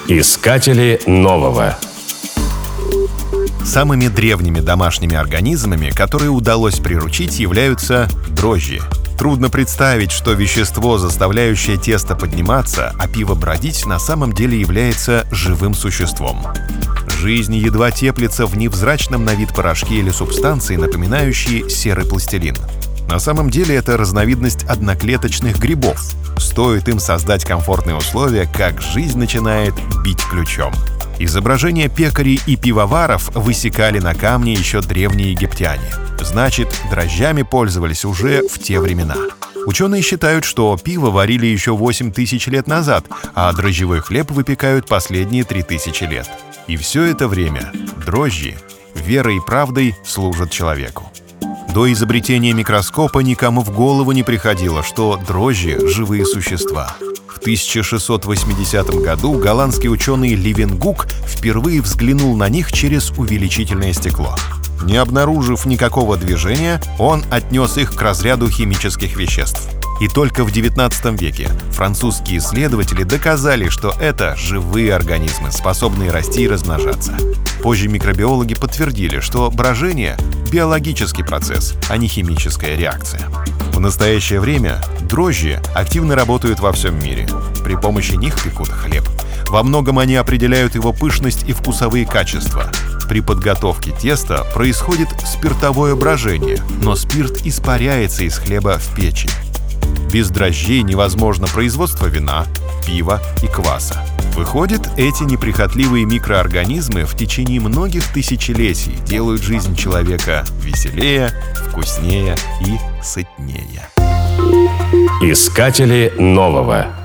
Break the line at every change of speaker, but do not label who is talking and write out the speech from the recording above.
Искатели нового.
Самыми древними домашними организмами, которые удалось приручить, являются дрожжи. Трудно представить, что вещество, заставляющее тесто подниматься, а пиво бродить, на самом деле является живым существом. Жизнь едва теплится в невзрачном на вид порошке или субстанции, напоминающей серый пластилин. На самом деле это разновидность одноклеточных грибов. Стоит им создать комфортные условия, как жизнь начинает бить ключом. Изображения пекарей и пивоваров высекали на камне еще древние египтяне. Значит, дрожжами пользовались уже в те времена. Ученые считают, что пиво варили еще 8000 лет назад, а дрожжевой хлеб выпекают последние 3000 лет. И все это время дрожжи верой и правдой служат человеку. До изобретения микроскопа никому в голову не приходило, что дрожжи — живые существа. В 1680 году голландский ученый Левенгук впервые взглянул на них через увеличительное стекло. Не обнаружив никакого движения, он отнес их к разряду химических веществ. И только в XIX веке французские исследователи доказали, что это живые организмы, способные расти и размножаться. Позже микробиологи подтвердили, что брожение — биологический процесс, а не химическая реакция. В настоящее время дрожжи активно работают во всем мире. При помощи них пекут хлеб. Во многом они определяют его пышность и вкусовые качества. При подготовке теста происходит спиртовое брожение, но спирт испаряется из хлеба в печи. Без дрожжей невозможно производство вина, пива и кваса. Выходит, эти неприхотливые микроорганизмы в течение многих тысячелетий делают жизнь человека веселее, вкуснее и сытнее.
Искатели нового.